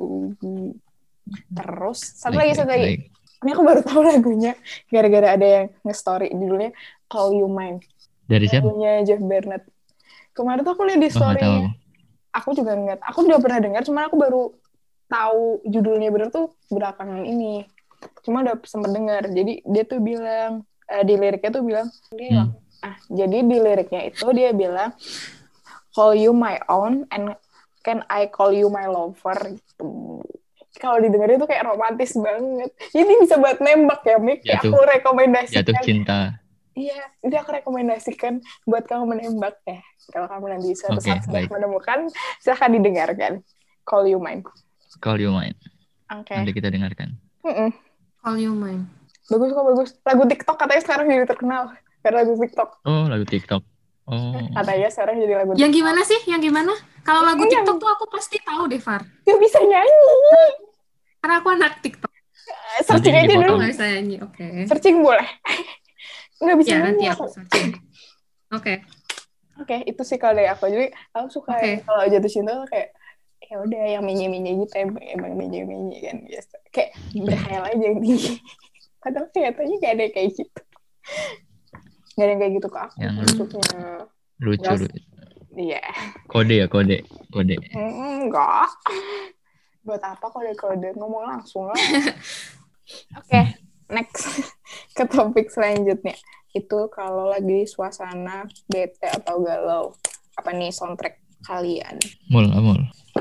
Terus satu lagi Baik, satu baik, lagi. baik. Ini aku baru tahu lagunya gara-gara ada yang nge-story judulnya Call You Mine. Dari siapa? Lagunya Jeff Bernard. Kemarin tuh aku lihat di Oh, nggak tahu story-nya. aku. Aku juga nggak. Aku udah pernah dengar, cuman aku baru tahu judulnya bener tuh belakangan ini. Cuma udah sempet dengar. Jadi dia tuh bilang eh, di liriknya tuh bilang dia bilang, Hmm. ah jadi di liriknya itu dia bilang call you my own and can I call you my lover gitu. Kalau didengerin tuh kayak romantis banget. Ini bisa buat nembak ya, Mik. Kayak Jatuh- aku rekomendasikan. Jatuh cinta. Iya, ini aku rekomendasikan buat kamu menembak ya. Kalau kamu nanti suatu Oke, saat sudah baik. menemukan, silahkan didengarkan. Call You Mine. Call You Mine. Oke. Nanti kita dengarkan. Mm-mm. Call You Mine. Bagus kok, bagus. Lagu TikTok katanya sekarang jadi terkenal. Karena lagu TikTok. Oh, lagu TikTok. Oh. Katanya sekarang jadi lagu TikTok. Yang gimana sih? Yang gimana? Kalau lagu Yang- TikTok tuh aku pasti tahu deh, Far. Gak bisa nyanyi. Karena aku anak TikTok. Searching Nanti aja dipotong. dulu. Nggak bisa nyanyi, oke. Searching boleh. Nggak bisa Ya, nyanyi. nanti aku. aku searching. Oke. Oke, itu sih kalau dari aku. Jadi aku suka Oke. yang kalau jatuh cinta tuh kayak ya udah yang menye-menye gitu emang, emang menye-menye kan biasa. Kayak berkhayal aja yang tinggi. Padahal kelihatannya gak ada yang kayak gitu. Gak ada yang kayak gitu ke aku. Yang Maksudnya, Lucu, Gas. lucu. iya. Kode ya, kode. Kode. Hmm, enggak. Buat apa kode-kode? Ngomong langsung lah. Oke, next. Ke topik selanjutnya. Itu kalau lagi suasana bete atau galau. Apa nih soundtrack kalian? Mul, amul.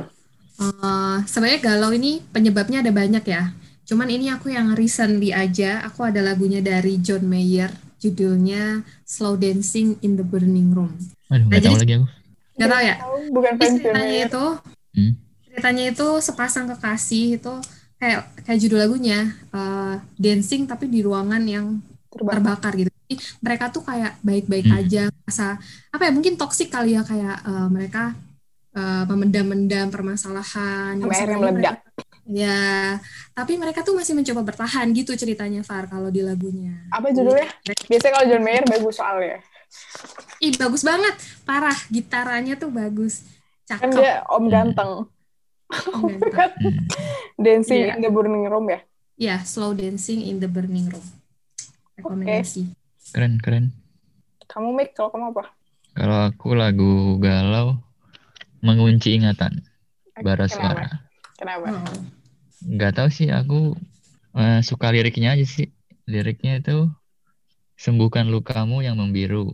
Eh, sebenarnya galau ini penyebabnya ada banyak ya. Cuman ini aku yang recently aja, aku ada lagunya dari John Mayer, judulnya Slow Dancing in the Burning Room. Aduh, nggak Nah, tahu jadi- lagi aku. Gak tau ya? Bukan Jadi fans ceritanya John Mayer. itu, Hmm? ceritanya itu sepasang kekasih itu kayak kayak judul lagunya eh, dancing tapi di ruangan yang Terbang. terbakar gitu. Jadi mereka tuh kayak baik-baik Hmm. aja, rasa apa ya mungkin toksik kali ya kayak eh, mereka eh, memendam-mendam permasalahan. yang Sampai akhirnya sebenarnya meledak. mereka- Ya, tapi mereka tuh masih mencoba bertahan gitu ceritanya Far kalau di lagunya. Apa judulnya? Biasanya kalau John Mayer bagus soalnya. Ih bagus banget, parah gitarannya tuh bagus, Kan cakep. dia Om Ganteng. Oh, mantap. Hmm. Dancing Iya. in the Burning Room ya? Ya, Slow Dancing in the Burning Room. Rekomendasi. Keren, keren. Kamu, Mik, kalau kamu apa? Kalau aku lagu galau, Mengunci Ingatan, Bara Kenapa? Suara. Kenapa? Oh. Nggak tahu sih, aku eh, suka liriknya aja sih. Liriknya itu sembuhkan lukamu yang membiru,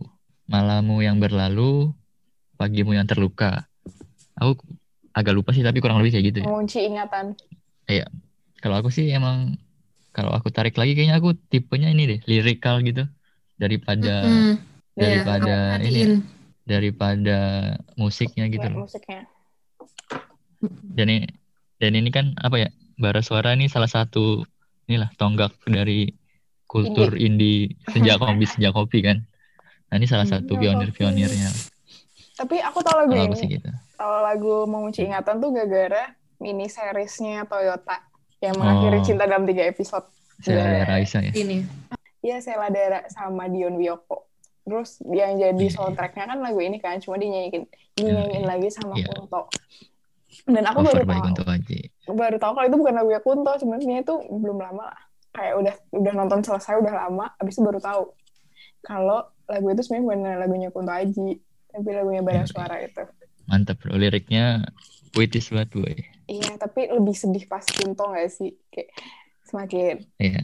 malammu yang berlalu, pagimu yang terluka. Aku agak lupa sih tapi kurang lebih kayak gitu ya. Mengunci ingatan. Iya. Kalau aku sih emang kalau aku tarik lagi kayaknya aku tipenya ini deh, lirikal gitu daripada Mm-mm. daripada Iya, ini ya, perhatiin. daripada musiknya gitu Ya, loh. musiknya. Dan ini dan ini kan apa ya? Bara Suara ini salah satu inilah tonggak dari kultur indie sejak kopi sejak kopi kan. Nah, ini salah satu Sejak pionir-pionirnya. Tapi aku tahu lagu Kalau aku ini. sih gitu. Tahu lagu Mengunci Ingatan tuh gara-gara mini seriesnya Toyota yang Oh. mengakhiri cinta dalam tiga episode. Sheila Dan- Dara Aisha ya. Ini. Iya, Sheila Dara sama Dion Wiyoko. Terus yang jadi Iya. soundtracknya kan lagu ini kan, cuma dinyanyiin, dinyanyiin Iya. lagi sama Iya. Kunto. Dan aku Cover baru by tahu, Kunto Aji. baru tahu kalau itu bukan lagunya Kunto. Sebenarnya itu belum lama lah. Kayak udah udah nonton selesai udah lama, abis itu baru tahu kalau lagu itu sebenarnya bukan lagunya Kunto Aji, tapi lagunya Bara Iya. Suara itu. Mantap bro, liriknya puitis banget boy. Iya, tapi lebih sedih pas Kunto nggak sih? Kayak semakin Iya.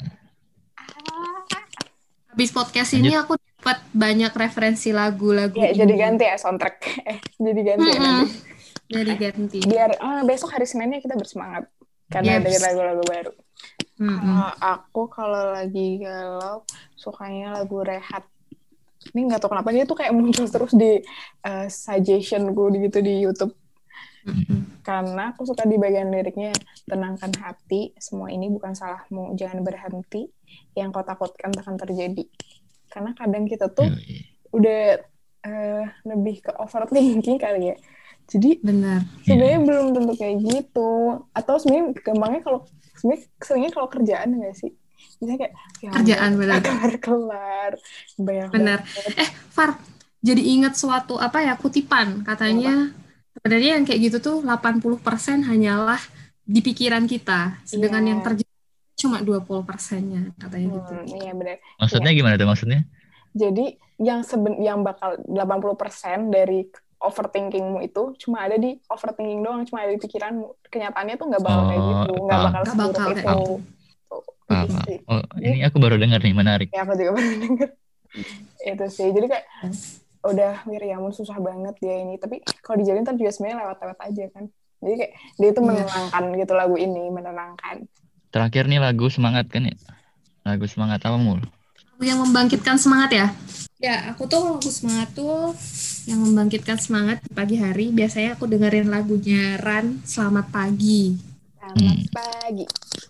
Habis podcast Lanjut. ini aku dapat banyak referensi lagu-lagu ya ini. jadi ganti ya soundtrack. Eh, jadi ganti ya Mm-mm. nanti. Jadi ganti. Biar ah, besok hari Seninnya kita bersemangat karena Yes. dari lagu-lagu baru. Mm-mm. Kalau aku kalau lagi galau sukanya lagu Rehat. Ini nggak tahu kenapa dia tuh kayak muncul terus di uh, suggestion-ku gitu di YouTube. Mm-mm. Karena aku suka di bagian liriknya, tenangkan hati, semua ini bukan salahmu, jangan berhenti, yang kau takutkan takkan terjadi. Karena kadang kita tuh Yoi. udah uh, lebih ke overthinking kali ya. Jadi Benar. sebenarnya Iya. belum tentu kayak gitu. Atau sebenarnya gampangnya kalau sebenarnya seringnya kalau kerjaan nggak sih? Misalnya kayak ya Kerjaan, benar. kelar-kelar banyak Benar. banget. Eh, Far, jadi ingat suatu apa ya kutipan katanya sebenarnya yang kayak gitu tuh delapan puluh persen hanyalah di pikiran kita, sedangkan Iya. yang terjadi cuma dua puluh persennya katanya gitu. Hmm, iya benar. Maksudnya gimana tuh maksudnya? Jadi yang seben yang bakal delapan puluh persen dari overthinkingmu itu cuma ada di overthinking doang, cuma ada di pikiranmu. Kenyataannya tuh nggak bakal kayak Oh, gitu, nggak paham. bakal Nggak seburuk bakal itu. kayak gitu. Tuh, Paham, gitu paham. sih. Oh, ini aku baru dengar nih, menarik. Ya aku juga baru denger. Itu sih. Jadi kayak udah Wiryamun susah banget dia ini. Tapi kalau dijalin ntar juga sebenarnya lewat-lewat aja kan. Jadi kayak dia itu Iya. menenangkan gitu lagu ini, menenangkan. Terakhir nih lagu semangat kan ya? Lagu semangat apa mul? Lagu yang membangkitkan semangat ya? Ya, aku tuh lagu semangat tuh yang membangkitkan semangat di pagi hari. Biasanya aku dengerin lagunya Ran, Selamat Pagi. Selamat Hmm. pagi.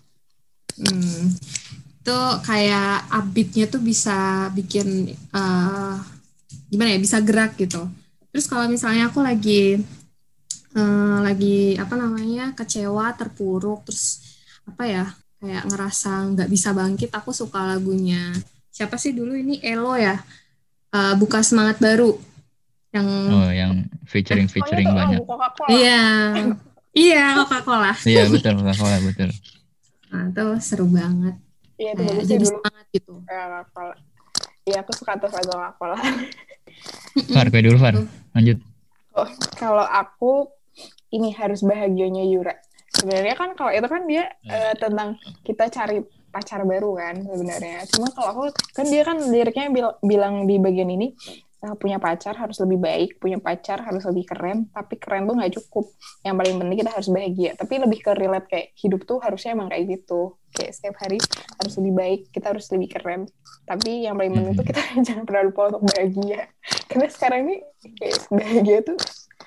Hmm. Itu kayak upbeat-nya tuh bisa bikin uh, gimana ya, bisa gerak gitu. Terus kalau misalnya aku lagi uh, lagi apa namanya kecewa, terpuruk, terus apa ya kayak ngerasa nggak bisa bangkit, aku suka lagunya siapa sih dulu ini Elo ya, uh, Buka Semangat Baru yang Oh, yang featuring featuring Pokoknya tuh banyak. lagu Coca-Cola. iya iya Coca-Cola. Iya betul, Coca-Cola betul. Nah, itu seru banget. Iya itu Kayak bagus sih jadi dulu. semangat gitu. Ya, Coca-Cola. Iya aku suka tuh lagu Coca-Cola. Far, gue dulu Far. Lanjut. Oh, kalau aku ini harus bahagianya Yura. Sebenarnya kan kalau itu kan dia eh, tentang kita cari pacar baru kan sebenarnya. Cuma kalau aku kan dia kan liriknya bil- bilang di bagian ini eh, punya pacar harus lebih baik, punya pacar harus lebih keren, tapi keren tuh nggak cukup. Yang paling penting kita harus bahagia. Tapi lebih ke relate kayak hidup tuh harusnya emang kayak gitu. Kayak setiap hari harus lebih baik, kita harus lebih keren. Tapi yang paling penting tuh kita jangan pernah lupa untuk bahagia. Karena sekarang ini kayak bahagia tuh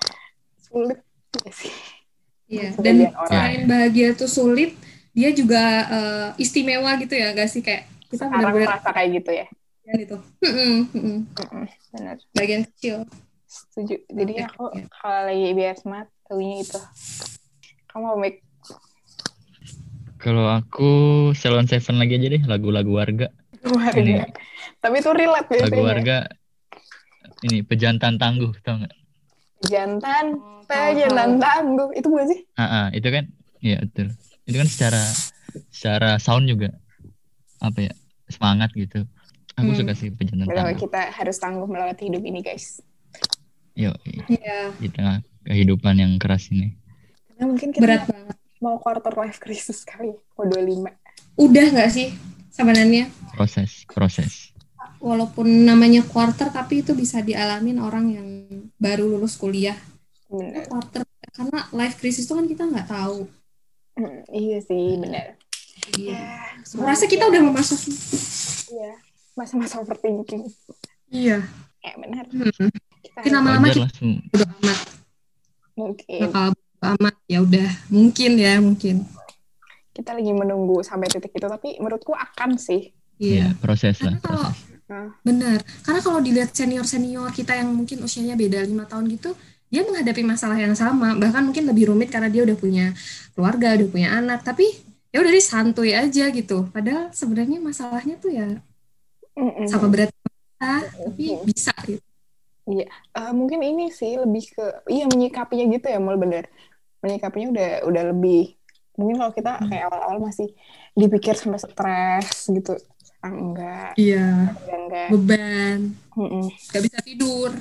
sulit ya sih. Iya, Untuk dan sebagian orang. selain bahagia tuh sulit, dia juga uh, istimewa gitu ya, gak sih kayak kita Sekarang benar-benar merasa kayak gitu ya. itu. Mm-mm, mm-mm. Mm-mm, benar. Bagian kecil. Setuju. Jadi Oke, aku oke. kalau lagi biar semangat, lagunya itu. Kamu mau make Kalau aku Salon Seven lagi aja deh, lagu-lagu warga. warga. Ini. Tapi itu relate biasanya. Lagu warga ini Pejantan Tangguh, tau nggak? Jantan, Oh, pejantan tangguh. Itu bukan sih? Ah, ah, itu kan, iya betul. Itu kan secara secara sound juga apa ya semangat gitu. Aku Hmm. suka sih Pejantan Bahwa Tangguh. kita harus tangguh melewati hidup ini, guys. Yo, Iya, di tengah kehidupan yang keras ini. Karena mungkin kita berat banget. mau quarter life crisis kali. Mau dua puluh lima. Udah gak sih sebenarnya? Proses, proses. walaupun namanya quarter tapi itu bisa dialamin orang yang baru lulus kuliah. Bener. Quarter karena life crisis itu kan kita nggak tahu. Hmm, iya sih, benar. Iya. Ya, Merasa kita udah memasuki. Iya, masa-masa overthinking. Iya. Ya benar. Hmm. Kita Tapi lama-lama Wajar kita langsung. bodo amat. mungkin Nah, kalau bodo amat ya udah mungkin ya mungkin. kita lagi menunggu sampai titik itu, tapi menurutku akan sih. Iya, Iya. proses lah, Karena kalau proses. Nah, benar, karena kalau dilihat senior-senior kita yang mungkin usianya beda lima tahun gitu, dia menghadapi masalah yang sama, bahkan mungkin lebih rumit karena dia udah punya keluarga, udah punya anak, tapi ya udah dia santuy aja gitu. Padahal sebenarnya masalahnya tuh ya mm-mm. sama berat kita, tapi bisa gitu. Iya, Eh, mungkin ini sih lebih ke iya menyikapinya gitu ya, Mul, bener. Menyikapinya udah udah lebih. Mungkin kalau kita kayak awal-awal masih dipikir sampai stres gitu, sekarang enggak, Iya, enggak, enggak. beban, Mm-mm. gak bisa tidur,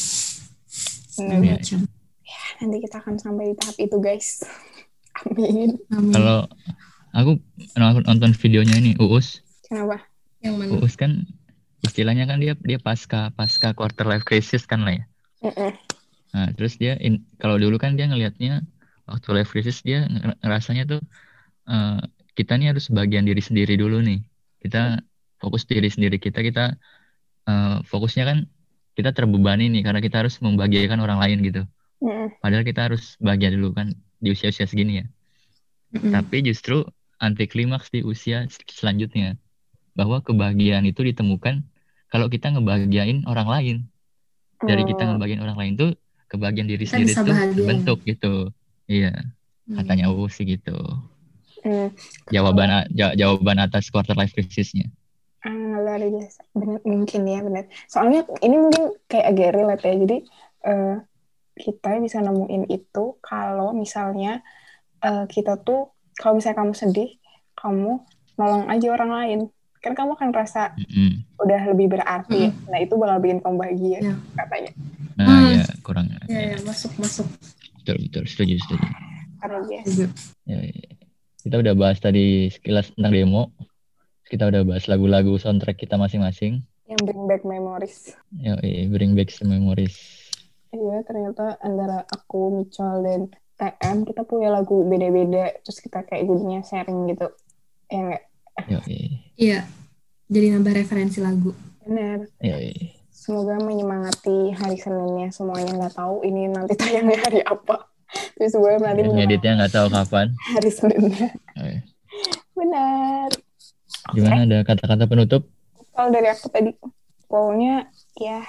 Bener. Iya. macam. Nanti kita akan sampai di tahap itu, guys. Amin. Amin. Kalau aku nonton videonya ini Uus, Kenapa? Yang mana? Uus kan istilahnya kan dia dia pasca pasca quarter life crisis kan lah ya. Mm-mm. Nah, terus dia in, kalau dulu kan dia ngelihatnya waktu life crisis dia nger- ngerasanya tuh eh, kita nih harus bagian diri sendiri dulu nih. Kita fokus diri sendiri kita kita eh, fokusnya kan kita terbebani nih karena kita harus membahagiakan orang lain gitu. Mm-mm. Padahal kita harus bahagia dulu kan di usia-usia segini ya. Mm-mm. Tapi justru anti klimaks di usia selanjutnya bahwa kebahagiaan itu ditemukan kalau kita ngebahagiain orang lain. Dari kita Mm. ngebahagiain orang lain tuh kebahagiaan diri Kita sendiri bisa tuh bahagia. terbentuk gitu. Iya, Hmm. katanya Uus sih gitu. Mm. Jawaban a- ja- jawaban atas quarter life crisisnya. Ah, luar biasa. Bener, mungkin ya, benar. Soalnya ini mungkin kayak agak relate ya. Jadi eh, kita bisa nemuin itu kalau misalnya eh, kita tuh, kalau misalnya kamu sedih, kamu nolong aja orang lain. Kan kamu akan rasa Mm-mm. udah lebih berarti. Mm-mm. Nah, itu bakal bikin kamu bahagia, Ya. katanya. Nah, Hmm. ya kurang. Ya, Ya, ya, masuk masuk betul betul setuju setuju. Karena biasa. juga. Ya, ya. Kita udah bahas tadi sekilas tentang demo. Kita udah bahas lagu-lagu soundtrack kita masing-masing. Yang bring back memories. Ya, bring back some memories. Iya, ternyata antara aku, Michal, dan T M, kita punya lagu beda-beda. Terus kita kayak jadinya sharing gitu. Ya nggak? Ya, Iya, jadi nambah referensi lagu. Benar. ya. Semoga menyemangati hari Seninnya semuanya. Nggak tahu ini nanti tayangnya hari apa. Tapi semoga nanti Ya, ngeditnya nggak tahu kapan. hari Seninnya. Ya. Benar. Gimana, ada kata-kata penutup? Kalau dari aku tadi, pokoknya ya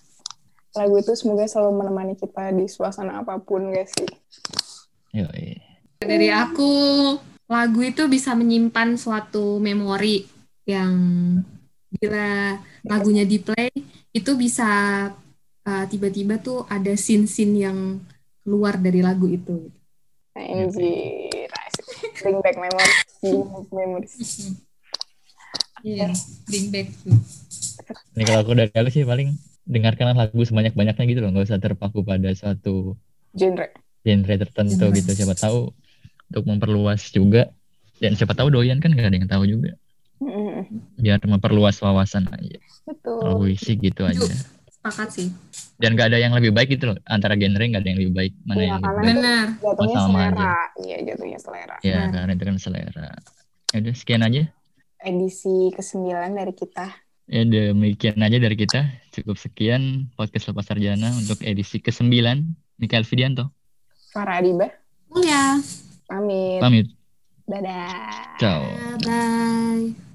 lagu itu semoga selalu menemani kita di suasana apapun, guys sih. Ya, Dari aku, lagu itu bisa menyimpan suatu memori yang bila lagunya di play itu bisa uh, tiba-tiba tuh ada scene-scene yang keluar dari lagu itu. Anjir, asik. Bring back memories. Bring back memories. Iya, bring back tuh. Ini kalau aku dari aku sih paling dengarkan lagu sebanyak-banyaknya gitu loh, nggak usah terpaku pada suatu Genre. genre tertentu Genre. gitu. Siapa tahu untuk memperluas juga, dan siapa tahu doyan kan nggak ada yang tahu juga. Mm-mm. Biar memperluas wawasan aja. Kalau Betul. isi gitu aja. Sepakat sih. Dan nggak ada yang lebih baik gitu loh, antara genre nggak ada yang lebih baik, mana Iya, yang lebih karena baik. Benar. jatuhnya Oh, sama selera. Iya, jatuhnya selera. Ya, Nah. karena itu kan selera. Ya udah, sekian aja. Edisi kesembilan dari kita. Ya demikian aja dari kita. Cukup sekian podcast Lepas Sarjana untuk edisi kesembilan. Mikael Vidianto. Farah Adiba. Mulia. Pamit. Pamit. Dadah. Ciao. Bye.